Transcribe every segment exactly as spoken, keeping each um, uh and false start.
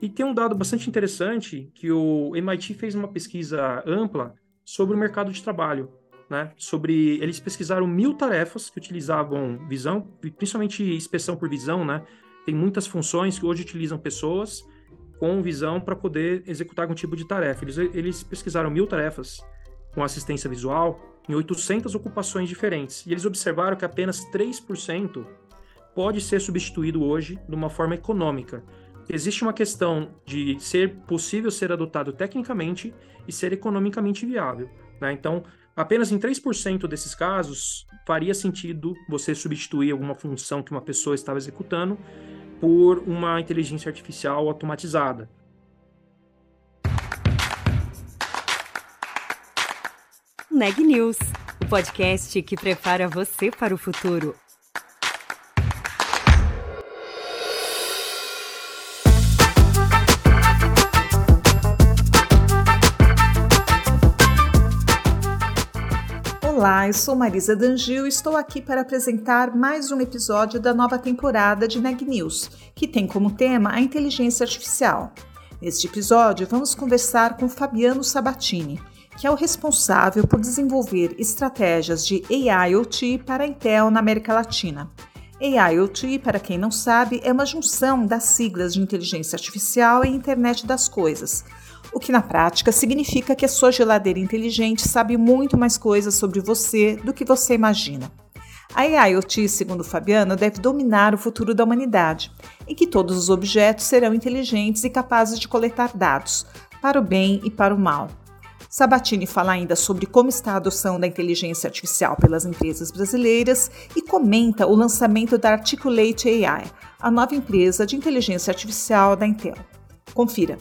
E tem um dado bastante interessante que o M I T fez uma pesquisa ampla sobre o mercado de trabalho, né? Sobre eles pesquisaram mil tarefas que utilizavam visão, principalmente inspeção por visão, né? Tem muitas funções que hoje utilizam pessoas com visão para poder executar algum tipo de tarefa. Eles, eles pesquisaram mil tarefas com assistência visual em oitocentas ocupações diferentes. E eles observaram que apenas três por cento pode ser substituído hoje de uma forma econômica. Existe uma questão de ser possível ser adotado tecnicamente e ser economicamente viável, né? Então, apenas em três por cento desses casos faria sentido você substituir alguma função que uma pessoa estava executando por uma inteligência artificial automatizada. Neg News, o podcast que prepara você para o futuro. Olá, eu sou Marisa Dangil e estou aqui para apresentar mais um episódio da nova temporada de Neg News, que tem como tema a inteligência artificial. Neste episódio, vamos conversar com Fabiano Sabatini, que é o responsável por desenvolver estratégias de A I O T para a Intel na América Latina. A I O T, para quem não sabe, é uma junção das siglas de inteligência artificial e internet das coisas, o que na prática significa que a sua geladeira inteligente sabe muito mais coisas sobre você do que você imagina. A I O T, segundo Fabiano, deve dominar o futuro da humanidade, em que todos os objetos serão inteligentes e capazes de coletar dados, para o bem e para o mal. Sabatini fala ainda sobre como está a adoção da inteligência artificial pelas empresas brasileiras e comenta o lançamento da Articulate A I, a nova empresa de inteligência artificial da Intel. Confira!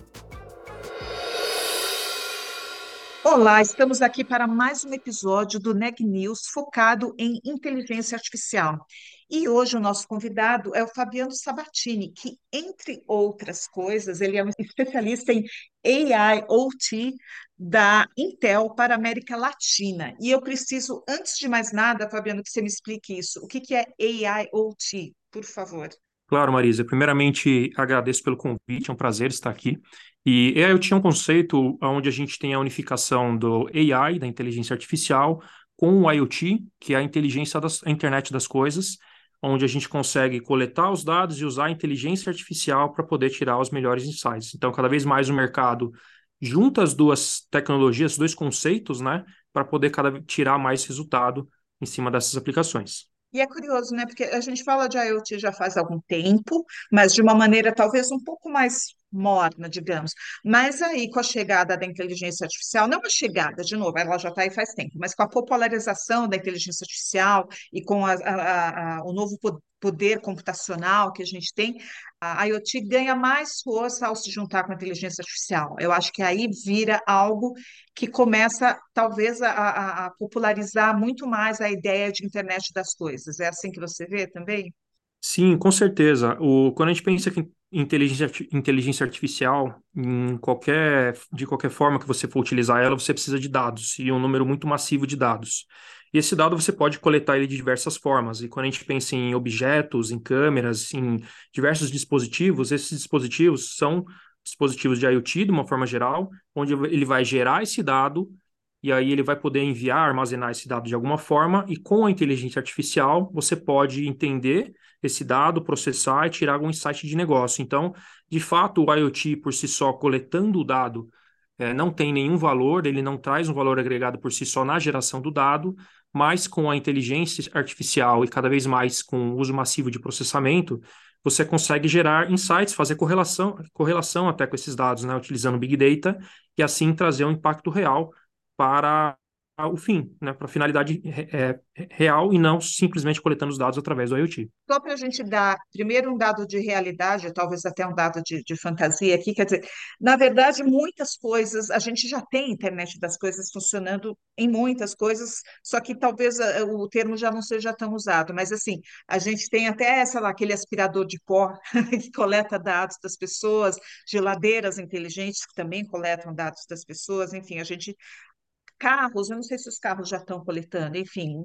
Olá, estamos aqui para mais um episódio do Neg News focado em inteligência artificial. E hoje o nosso convidado é o Fabiano Sabatini, que, entre outras coisas, ele é um especialista em A I O T da Intel para a América Latina. E eu preciso, antes de mais nada, Fabiano, que você me explique isso. O que que é A I O T, por favor? Claro, Marisa. Primeiramente, agradeço pelo convite, é um prazer estar aqui. E eu tinha um conceito onde a gente tem a unificação do A I, da inteligência artificial, com o IoT, que é a inteligência das, a internet das coisas, onde a gente consegue coletar os dados e usar a inteligência artificial para poder tirar os melhores insights. Então, cada vez mais o mercado junta as duas tecnologias, os dois conceitos, né, para poder cada, tirar mais resultado em cima dessas aplicações. E é curioso, né? Porque a gente fala de I o T já faz algum tempo, mas de uma maneira talvez um pouco mais morna, digamos. Mas aí, com a chegada da inteligência artificial, não a chegada, de novo, ela já está aí faz tempo, mas com a popularização da inteligência artificial e com a- a- a- o novo po- poder computacional que a gente tem, a I o T ganha mais força ao se juntar com a inteligência artificial. Eu acho que aí vira algo que começa, talvez, a, a- a popularizar muito mais a ideia de internet das coisas. É assim que você vê também? Sim, com certeza. O, quando a gente pensa que em inteligência, arti- inteligência artificial, em qualquer, de qualquer forma que você for utilizar ela, você precisa de dados, e um número muito massivo de dados. E esse dado você pode coletar ele de diversas formas. E quando a gente pensa em objetos, em câmeras, em diversos dispositivos, esses dispositivos são dispositivos de IoT, de uma forma geral, onde ele vai gerar esse dado, e aí ele vai poder enviar, armazenar esse dado de alguma forma, e com a inteligência artificial, você pode entender esse dado, processar e tirar algum insight de negócio. Então, de fato, o IoT por si só, coletando o dado, eh, não tem nenhum valor, ele não traz um valor agregado por si só na geração do dado, mas com a inteligência artificial e cada vez mais com o uso massivo de processamento, você consegue gerar insights, fazer correlação, correlação até com esses dados, né, utilizando Big Data, e assim trazer um impacto real para o fim, né, para a finalidade é, real e não simplesmente coletando os dados através do IoT. Só para a gente dar, primeiro, um dado de realidade, talvez até um dado de, de fantasia aqui, quer dizer, na verdade, muitas coisas, a gente já tem internet das coisas funcionando em muitas coisas, só que talvez eh, o termo já não seja tão usado, mas assim, a gente tem até, sei lá, aquele aspirador de pó que coleta dados das pessoas, geladeiras inteligentes que também coletam dados das pessoas, enfim, a gente, carros, eu não sei se os carros já estão coletando, enfim,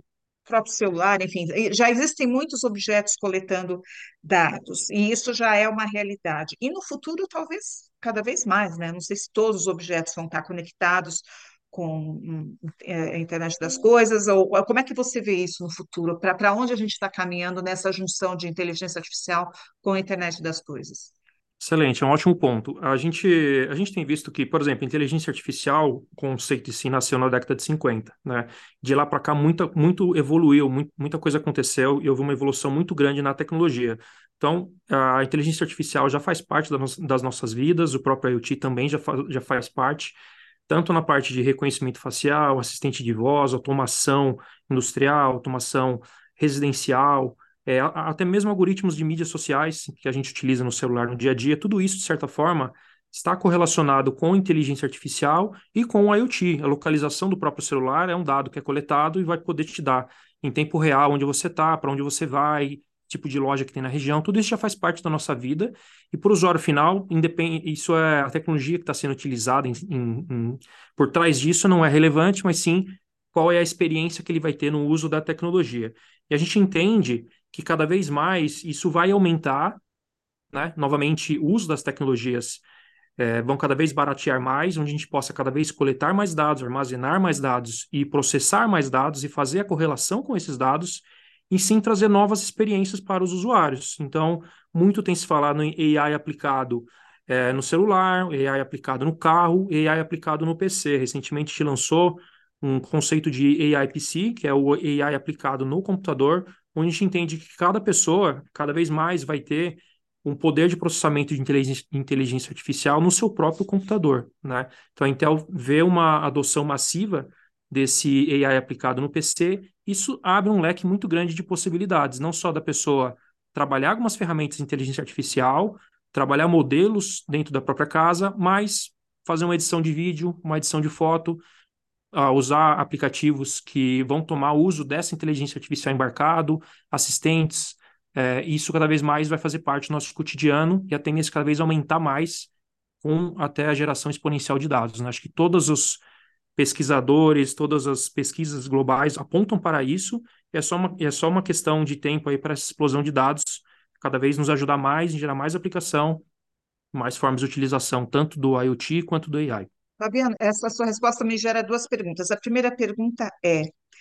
próprio celular, enfim, já existem muitos objetos coletando dados, e isso já é uma realidade. E no futuro, talvez cada vez mais, né? Não sei se todos os objetos vão estar conectados com hum, é, a internet das coisas, ou, ou como é que você vê isso no futuro? Para para onde a gente está caminhando nessa junção de inteligência artificial com a internet das coisas? Excelente, é um ótimo ponto. A gente, a gente tem visto que, por exemplo, inteligência artificial, o conceito em si nasceu na década de cinquenta, né? De lá para cá, muita, muito evoluiu, muito, muita coisa aconteceu e houve uma evolução muito grande na tecnologia. Então, a inteligência artificial já faz parte da no- das nossas vidas, o próprio IoT também já, fa já faz parte, tanto na parte de reconhecimento facial, assistente de voz, automação industrial, automação residencial, é, a- até mesmo algoritmos de mídias sociais que a gente utiliza no celular no dia a dia, tudo isso, de certa forma, está correlacionado com inteligência artificial e com o IoT. A localização do próprio celular é um dado que é coletado e vai poder te dar em tempo real onde você está, para onde você vai, tipo de loja que tem na região, tudo isso já faz parte da nossa vida. E para o usuário final, independe, isso é a tecnologia que está sendo utilizada em, em- em- por trás disso não é relevante, mas sim qual é a experiência que ele vai ter no uso da tecnologia. E a gente entende que cada vez mais isso vai aumentar, né? Novamente, o uso das tecnologias eh, vão cada vez baratear mais, onde a gente possa cada vez coletar mais dados, armazenar mais dados e processar mais dados e fazer a correlação com esses dados e sim trazer novas experiências para os usuários. Então, muito tem se falado em A I aplicado eh, no celular, A I aplicado no carro, A I aplicado no P C. Recentemente se lançou um conceito de A I P C, que é o A I aplicado no computador, onde a gente entende que cada pessoa cada vez mais vai ter um poder de processamento de inteligência, inteligência artificial no seu próprio computador, né? Então a Intel vê uma adoção massiva desse A I aplicado no P C, isso abre um leque muito grande de possibilidades, não só da pessoa trabalhar algumas ferramentas de inteligência artificial, trabalhar modelos dentro da própria casa, mas fazer uma edição de vídeo, uma edição de foto, a usar aplicativos que vão tomar uso dessa inteligência artificial embarcado, assistentes, é, isso cada vez mais vai fazer parte do nosso cotidiano e a tendência é cada vez aumentar mais com até a geração exponencial de dados, né? Acho que todos os pesquisadores, todas as pesquisas globais apontam para isso, e é só uma, é só uma questão de tempo aí para essa explosão de dados cada vez nos ajudar mais, em gerar mais aplicação, mais formas de utilização, tanto do IoT quanto do A I. Fabiana, essa sua resposta me gera duas perguntas. A primeira pergunta é: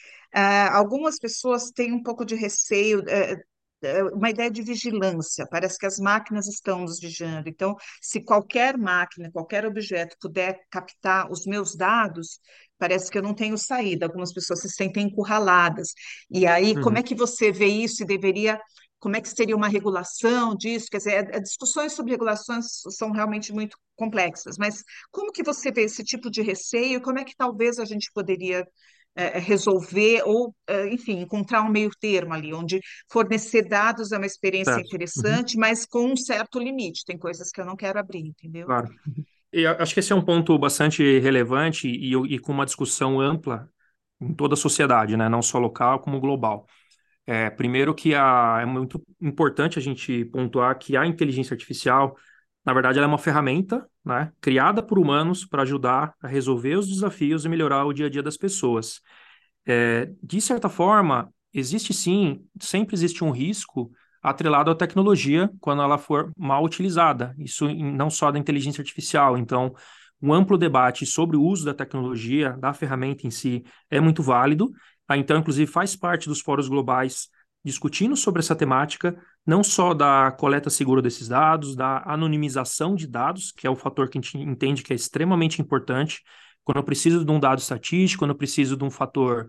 ah, algumas pessoas têm um pouco de receio, eh, eh, uma ideia de vigilância. Parece que as máquinas estão nos vigiando. Então, se qualquer máquina, qualquer objeto puder captar os meus dados, parece que eu não tenho saída. Algumas pessoas se sentem encurraladas. E aí, como é Uhum. que você vê isso e deveria. Como é que seria uma regulação disso? Quer dizer, eh, discussões sobre regulações são realmente muito complexas, mas como que você vê esse tipo de receio? Como é que talvez a gente poderia eh, resolver ou, eh, enfim, encontrar um meio termo ali, onde fornecer dados é uma experiência Certo. Uhum. interessante, mas com um certo limite. Tem coisas que eu não quero abrir, entendeu? Claro. E a- acho que esse é um ponto bastante relevante e, e com uma discussão ampla em toda a sociedade, né? Não só local, como global. É, primeiro que a, é muito importante a gente pontuar que a inteligência artificial, na verdade, ela é uma ferramenta, né? Criada por humanos para ajudar a resolver os desafios e melhorar o dia a dia das pessoas. É, de certa forma, existe sim, sempre existe um risco atrelado à tecnologia quando ela for mal utilizada. Isso em- não só da inteligência artificial. Então, um amplo debate sobre o uso da tecnologia, da ferramenta em si, é muito válido. A Intel, inclusive, faz parte dos fóruns globais discutindo sobre essa temática, não só da coleta segura desses dados, da anonimização de dados, que é o fator que a gente entende que é extremamente importante. Quando eu preciso de um dado estatístico, quando eu preciso de um fator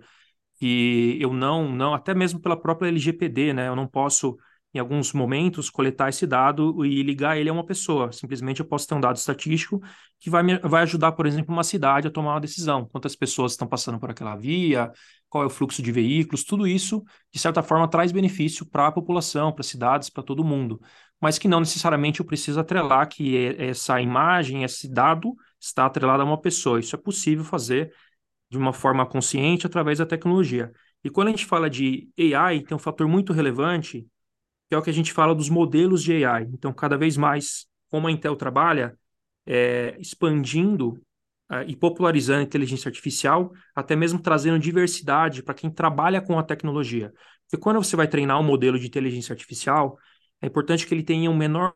que eu não, não, até mesmo pela própria L G P D, né? Eu não posso, em alguns momentos, coletar esse dado e ligar ele a uma pessoa. Simplesmente eu posso ter um dado estatístico que vai, me, vai ajudar, por exemplo, uma cidade a tomar uma decisão. Quantas pessoas estão passando por aquela via, qual é o fluxo de veículos, tudo isso, de certa forma, traz benefício para a população, para as cidades, para todo mundo. Mas que não necessariamente eu preciso atrelar que essa imagem, esse dado está atrelado a uma pessoa. Isso é possível fazer de uma forma consciente através da tecnologia. E quando a gente fala de A I, tem um fator muito relevante, que é o que a gente fala dos modelos de A I. Então, cada vez mais, como a Intel trabalha, é, expandindo uh, e popularizando a inteligência artificial, até mesmo trazendo diversidade para quem trabalha com a tecnologia. Porque quando você vai treinar um modelo de inteligência artificial, é importante que ele tenha um menor,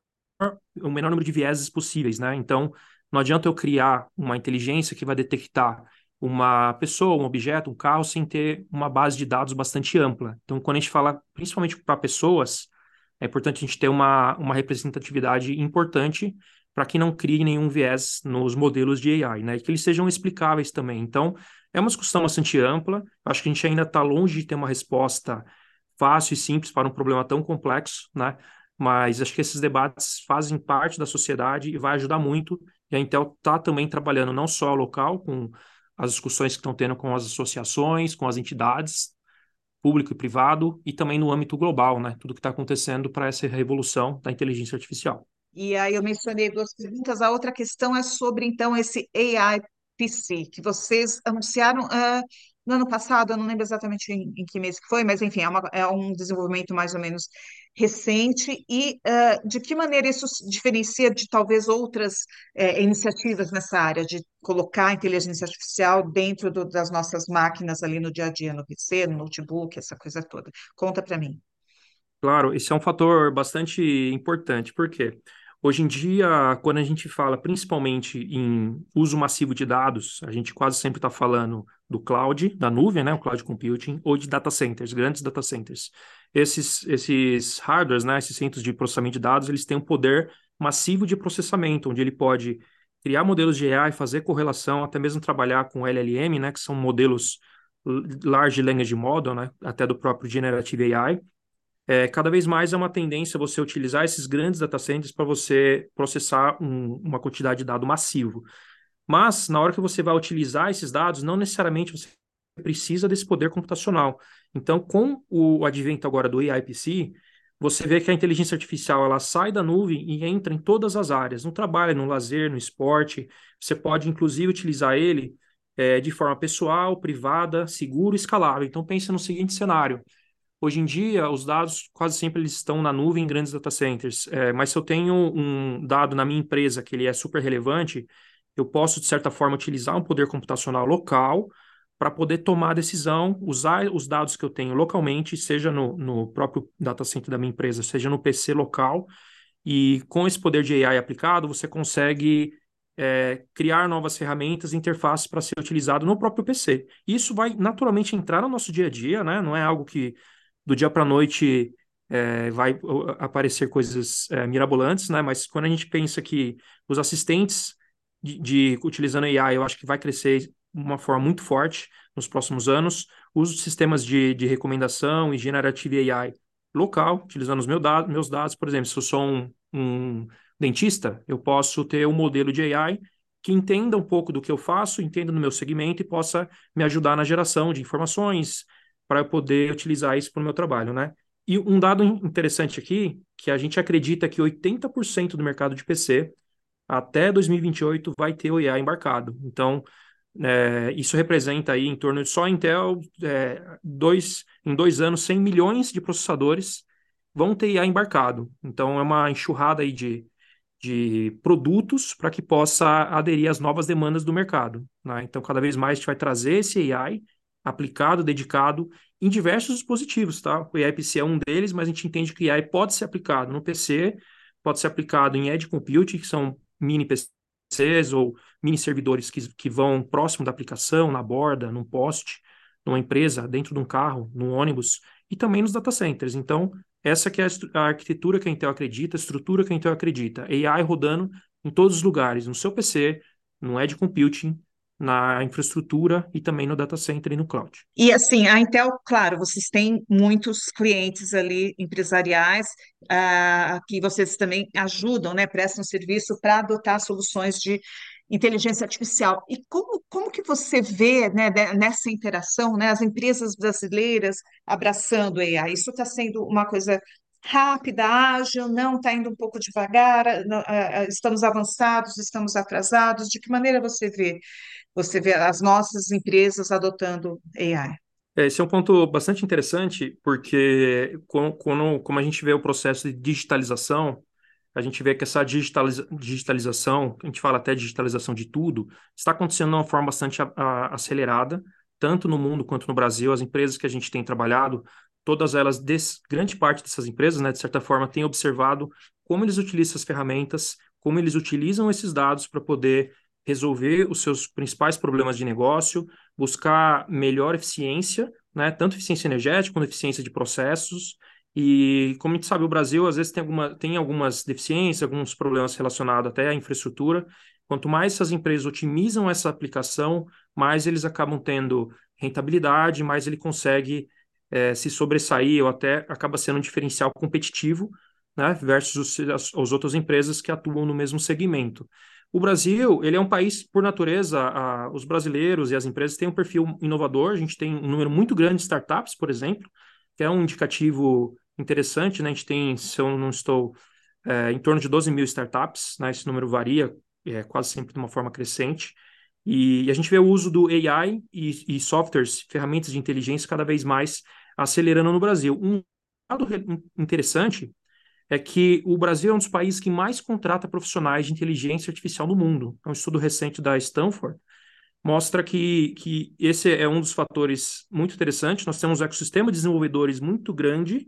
o menor número de vieses possíveis, né? Então, não adianta eu criar uma inteligência que vai detectar uma pessoa, um objeto, um carro, sem ter uma base de dados bastante ampla. Então, quando a gente fala principalmente para pessoas, é importante a gente ter uma, uma representatividade importante para que não crie nenhum viés nos modelos de A I, né? E que eles sejam explicáveis também. Então, é uma discussão bastante ampla. Acho que a gente ainda está longe de ter uma resposta fácil e simples para um problema tão complexo, né? Mas acho que esses debates fazem parte da sociedade e vai ajudar muito. E a Intel está também trabalhando não só local, com as discussões que estão tendo com as associações, com as entidades, público e privado, e também no âmbito global, né? Tudo que está acontecendo para essa revolução da inteligência artificial. E aí eu mencionei duas perguntas. A outra questão é sobre, então, esse A I P C, que vocês anunciaram ah, no ano passado, eu não lembro exatamente em, em que mês que foi, mas enfim, é, uma- é um desenvolvimento mais ou menos recente. E ah, de que maneira isso se diferencia de talvez outras eh, iniciativas nessa área, de colocar a inteligência artificial dentro do- das nossas máquinas ali no dia a dia, no P C, no notebook, essa coisa toda? Conta para mim. Claro, esse é um fator bastante importante, porque hoje em dia, quando a gente fala principalmente em uso massivo de dados, a gente quase sempre está falando do cloud, da nuvem, né, o cloud computing, ou de data centers, grandes data centers. Esses, esses hardwares, né, esses centros de processamento de dados, eles têm um poder massivo de processamento, onde ele pode criar modelos de A I, fazer correlação, até mesmo trabalhar com L L M, né, que são modelos Large Language Model, né, até do próprio Generative A I. É, cada vez mais é uma tendência você utilizar esses grandes data centers para você processar um- uma quantidade de dado massivo. Mas, na hora que você vai utilizar esses dados, não necessariamente você precisa desse poder computacional. Então, com o advento agora do A I P C, você vê que a inteligência artificial ela sai da nuvem e entra em todas as áreas, no trabalho, no lazer, no esporte. Você pode, inclusive, utilizar ele é, de forma pessoal, privada, seguro e escalável. Então, pense no seguinte cenário. Hoje em dia, os dados quase sempre eles estão na nuvem em grandes data centers. É, mas se eu tenho um dado na minha empresa que ele é super relevante, eu posso, de certa forma, utilizar um poder computacional local para poder tomar a decisão, usar os dados que eu tenho localmente, seja no, no próprio data center da minha empresa, seja no P C local, e com esse poder de A I aplicado, você consegue é, criar novas ferramentas e interfaces para ser utilizado no próprio P C. Isso vai naturalmente entrar no nosso dia a dia, né? Não é algo que do dia para a noite é, vai uh, aparecer coisas é, mirabolantes, né? Mas quando a gente pensa que os assistentes de, de utilizando A I, eu acho que vai crescer de uma forma muito forte nos próximos anos. Uso de sistemas de, de recomendação e generative A I local, utilizando os meu da meus dados. Por exemplo, se eu sou um, um dentista, eu posso ter um modelo de A I que entenda um pouco do que eu faço, entenda no meu segmento e possa me ajudar na geração de informações para eu poder utilizar isso para o meu trabalho, né? E um dado interessante aqui, que a gente acredita que oitenta por cento do mercado de P C até dois mil e vinte e oito vai ter o A I embarcado. Então, é, isso representa aí em torno de só a Intel, é, dois, em dois anos, cem milhões de processadores vão ter A I embarcado. Então, é uma enxurrada aí de, de produtos para que possa aderir às novas demandas do mercado, né? Então, cada vez mais a gente vai trazer esse A I aplicado, dedicado em diversos dispositivos, tá? O A I P C é um deles, mas a gente entende que A I pode ser aplicado no P C, pode ser aplicado em Edge Computing, que são mini P Cs ou mini servidores que, que vão próximo da aplicação, na borda, num poste, numa empresa, dentro de um carro, num ônibus, e também nos data centers. Então, essa que é a, a arquitetura que a Intel acredita, a estrutura que a Intel acredita. A I rodando em todos os lugares, no seu P C, no Edge Computing, na infraestrutura e também no data center e no cloud. E assim, a Intel, claro, vocês têm muitos clientes ali empresariais, ah, que vocês também ajudam, né, prestam serviço para adotar soluções de inteligência artificial. E como, como que você vê, né, de- nessa interação, né, as empresas brasileiras abraçando a A I? Isso está sendo uma coisa rápida, ágil, não está indo um pouco devagar, ah, não, ah, ah, estamos avançados, estamos atrasados? De que maneira você vê? Você vê as nossas empresas adotando A I. É, esse é um ponto bastante interessante, porque quando, quando- como a gente vê o processo de digitalização, a gente vê que essa digitaliza- digitalização, a gente fala até digitalização de tudo, está acontecendo de uma forma bastante a- a- acelerada, tanto no mundo quanto no Brasil. As empresas que a gente tem trabalhado, todas elas, des- grande parte dessas empresas, né, de certa forma, têm observado como eles utilizam essas ferramentas, como eles utilizam esses dados para poder resolver os seus principais problemas de negócio, buscar melhor eficiência, né, tanto eficiência energética quanto eficiência de processos. E, como a gente sabe, o Brasil às vezes tem, alguma, tem algumas deficiências, alguns problemas relacionados até à infraestrutura. Quanto mais essas empresas otimizam essa aplicação, mais eles acabam tendo rentabilidade, mais ele consegue eh, se sobressair ou até acaba sendo um diferencial competitivo, né, versus os, as, as outras empresas que atuam no mesmo segmento. O Brasil, ele é um país, por natureza, a, os brasileiros e as empresas têm um perfil inovador. A gente tem um número muito grande de startups, por exemplo, que é um indicativo interessante, né? A gente tem, se eu não estou, é, em torno de doze mil startups, né? Esse número varia, é, quase sempre de uma forma crescente. E, e a gente vê o uso do A I e, e softwares, ferramentas de inteligência cada vez mais acelerando no Brasil. Um dado re- interessante é que o Brasil é um dos países que mais contrata profissionais de inteligência artificial no mundo. É um estudo recente da Stanford mostra que, que esse é um dos fatores muito interessantes. Nós temos um ecossistema de desenvolvedores muito grande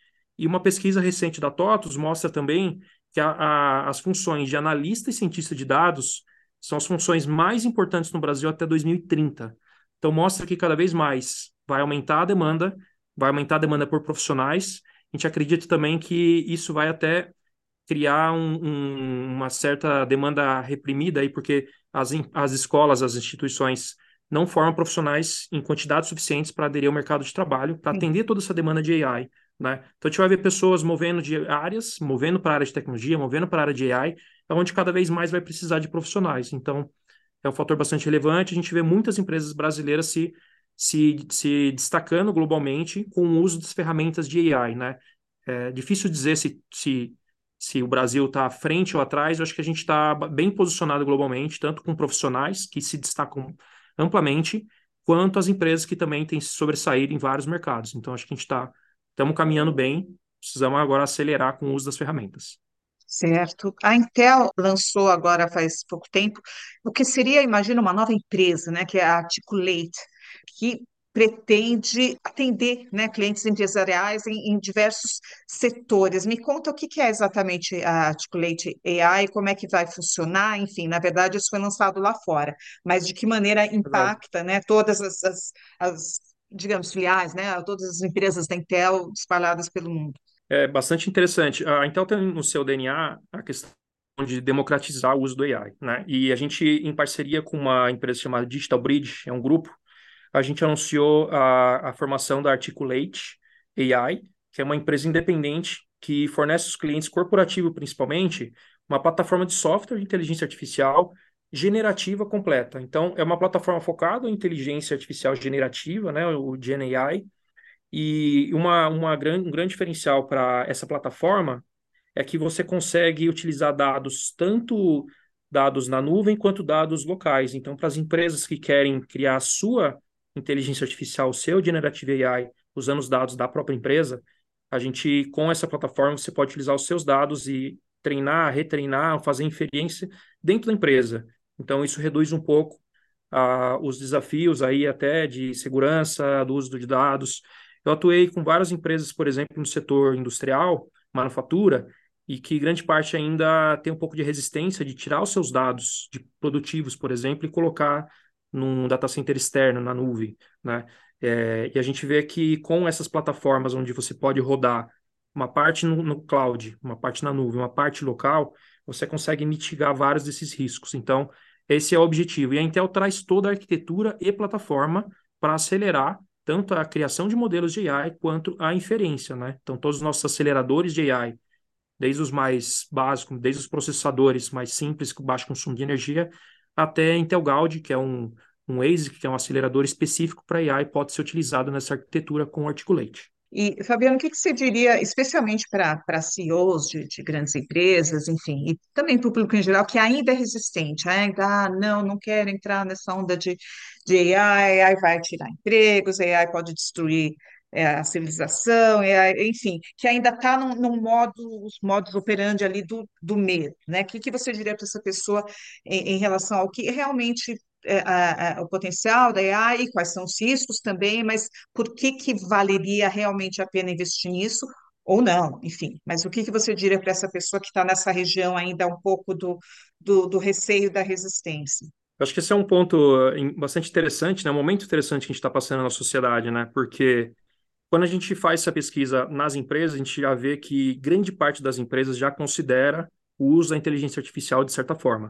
e uma pesquisa recente da TOTUS mostra também que a, a, as funções de analista e cientista de dados são as funções mais importantes no Brasil até dois mil e trinta. Então, mostra que cada vez mais vai aumentar a demanda, vai aumentar a demanda por profissionais. A gente acredita também que isso vai até criar um, um, uma certa demanda reprimida aí, porque as, as escolas, as instituições não formam profissionais em quantidades suficientes para aderir ao mercado de trabalho, para atender toda essa demanda de A I, né? Então, a gente vai ver pessoas movendo de áreas, movendo para a área de tecnologia, movendo para a área de A I, onde cada vez mais vai precisar de profissionais. Então, é um fator bastante relevante. A gente vê muitas empresas brasileiras se, se, se destacando globalmente com o uso das ferramentas de A I, né? É difícil dizer se, se, se o Brasil está à frente ou atrás. Eu acho que a gente está bem posicionado globalmente, tanto com profissionais que se destacam amplamente, quanto as empresas que também têm se sobressaído em vários mercados. Então, acho que a gente está estamos caminhando bem, precisamos agora acelerar com o uso das ferramentas. Certo. A Intel lançou agora faz pouco tempo o que seria, imagina, uma nova empresa, né, que é a Articulate, que pretende atender, né, clientes empresariais em, em diversos setores. Me conta o que que é exatamente a Articulate A I, como é que vai funcionar, enfim, na verdade isso foi lançado lá fora, mas de que maneira Exato. impacta, né, todas as, as, as, digamos, filiais, né, todas as empresas da Intel espalhadas pelo mundo. É bastante interessante. A Intel tem no seu D N A a questão de democratizar o uso do A I, né? E a gente, em parceria com uma empresa chamada Digital Bridge, é um grupo, a gente anunciou a, a formação da Articulate A I, que é uma empresa independente que fornece aos clientes corporativos, principalmente, uma plataforma de software de inteligência artificial generativa completa. Então, é uma plataforma focada em inteligência artificial generativa, né? O Gen A I. E uma, uma gran, um grande diferencial para essa plataforma é que você consegue utilizar dados, tanto dados na nuvem quanto dados locais. Então, para as empresas que querem criar a sua inteligência artificial, o seu Generative A I, usando os dados da própria empresa, a gente, com essa plataforma, você pode utilizar os seus dados e treinar, retreinar, fazer inferência dentro da empresa. Então, isso reduz um pouco ah, os desafios aí até de segurança, do uso de dados. Eu atuei com várias empresas, por exemplo, no setor industrial, manufatura, e que grande parte ainda tem um pouco de resistência de tirar os seus dados de produtivos, por exemplo, e colocar num data center externo, na nuvem, né? É, e a gente vê que com essas plataformas onde você pode rodar uma parte no, no cloud, uma parte na nuvem, uma parte local, você consegue mitigar vários desses riscos. Então, esse é o objetivo. E a Intel traz toda a arquitetura e plataforma para acelerar tanto a criação de modelos de A I quanto a inferência, né? Então, todos os nossos aceleradores de A I, desde os mais básicos, desde os processadores mais simples, com baixo consumo de energia, até a Intel Gaudi, que é um, um ASIC, que é um acelerador específico para A I, pode ser utilizado nessa arquitetura com o Articulate. E, Fabiano, o que que você diria, especialmente para para C E Os de, de grandes empresas, enfim, e também para o público em geral, que ainda é resistente, ainda, ah, não, não quero entrar nessa onda de, de A I, A I vai tirar empregos, A I pode destruir é a civilização, é a- enfim, que ainda está num, num modo, os modos operandi ali do, do medo, né? O que, que você diria para essa pessoa em, em relação ao que realmente é a- a- o potencial da A I, quais são os riscos também, mas por que que valeria realmente a pena investir nisso? Ou não, enfim, mas o que que você diria para essa pessoa que está nessa região ainda um pouco do, do, do receio da resistência? Eu acho que esse é um ponto eh, em- bastante interessante, né? Um momento interessante que a gente está passando na sociedade, né? Porque quando a gente faz essa pesquisa nas empresas, a gente já vê que grande parte das empresas já considera o uso da inteligência artificial de certa forma.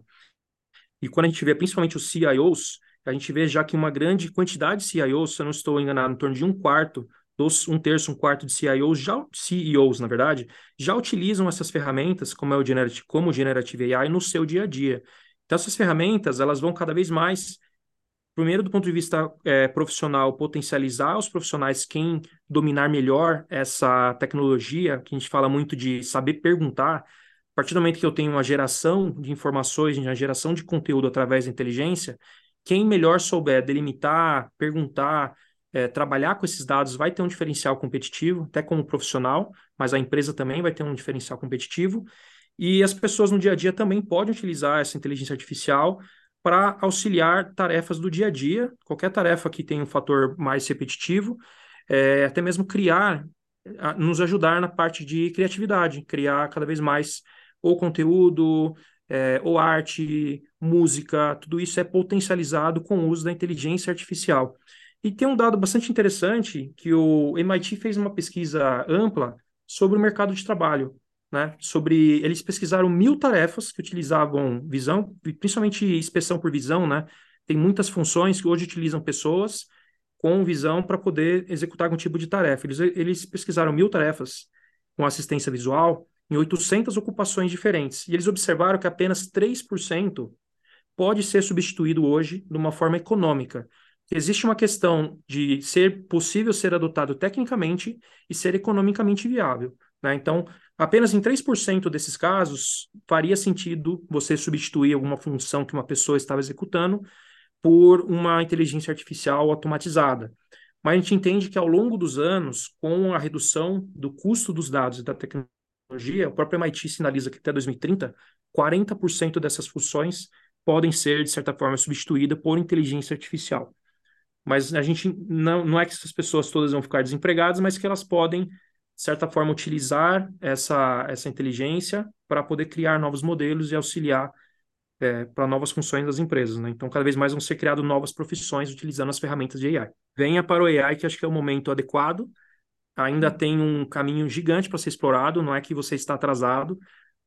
E quando a gente vê principalmente os C I Os, a gente vê já que uma grande quantidade de C I Os, se eu não estou enganado, em torno de um quarto, dos, um terço, um quarto de C I Os, já, C E Os, na verdade, já utilizam essas ferramentas, como é o Generative, como o Generative A I, no seu dia a dia. Então, essas ferramentas, elas vão cada vez mais, primeiro, do ponto de vista eh, profissional, potencializar os profissionais, quem dominar melhor essa tecnologia, que a gente fala muito de saber perguntar. A partir do momento que eu tenho uma geração de informações, uma geração de conteúdo através da inteligência, quem melhor souber delimitar, perguntar, eh, trabalhar com esses dados vai ter um diferencial competitivo, até como profissional, mas a empresa também vai ter um diferencial competitivo. E as pessoas no dia a dia também podem utilizar essa inteligência artificial para auxiliar tarefas do dia a dia, qualquer tarefa que tenha um fator mais repetitivo, eh, até mesmo criar, a- nos ajudar na parte de criatividade, criar cada vez mais ou conteúdo, é, ou arte, música, tudo isso é potencializado com o uso da inteligência artificial. E tem um dado bastante interessante que o M I T fez uma pesquisa ampla sobre o mercado de trabalho, né? Sobre eles pesquisaram mil tarefas que utilizavam visão, principalmente inspeção por visão, né? Tem muitas funções que hoje utilizam pessoas com visão para poder executar algum tipo de tarefa. Eles, eles pesquisaram mil tarefas com assistência visual em oitocentas ocupações diferentes. E eles observaram que apenas três por cento pode ser substituído hoje de uma forma econômica. Existe uma questão de ser possível ser adotado tecnicamente e ser economicamente viável, né? Então, apenas em três por cento desses casos faria sentido você substituir alguma função que uma pessoa estava executando por uma inteligência artificial automatizada. Mas a gente entende que ao longo dos anos, com a redução do custo dos dados e da tecnologia, o próprio M I T sinaliza que até dois mil e trinta, quarenta por cento dessas funções podem ser, de certa forma, substituídas por inteligência artificial. Mas a gente não, não é que essas pessoas todas vão ficar desempregadas, mas que elas podem, de certa forma, utilizar essa, essa inteligência para poder criar novos modelos e auxiliar é, para novas funções das empresas, né? Então, cada vez mais vão ser criadas novas profissões utilizando as ferramentas de A I. Venha para o A I, que acho que é o momento adequado. Ainda tem um caminho gigante para ser explorado, não é que você está atrasado,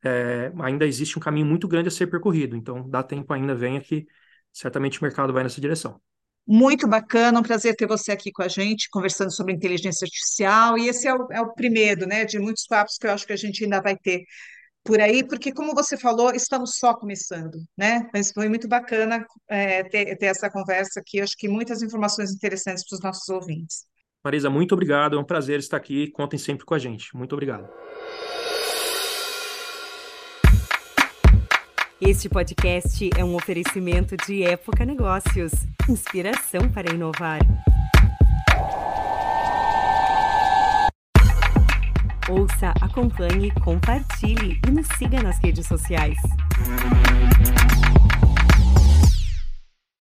é, ainda existe um caminho muito grande a ser percorrido. Então, dá tempo ainda, venha que certamente o mercado vai nessa direção. Muito bacana, um prazer ter você aqui com a gente, conversando sobre inteligência artificial. E esse é o, é o primeiro, né, de muitos papos que eu acho que a gente ainda vai ter por aí, porque, como você falou, estamos só começando, né? Mas foi muito bacana, é, ter, ter essa conversa aqui. Acho que muitas informações interessantes para os nossos ouvintes. Marisa, muito obrigado. É um prazer estar aqui. Contem sempre com a gente. Muito obrigado. Este podcast é um oferecimento de Época Negócios. Inspiração para inovar. Ouça, acompanhe, compartilhe e nos siga nas redes sociais.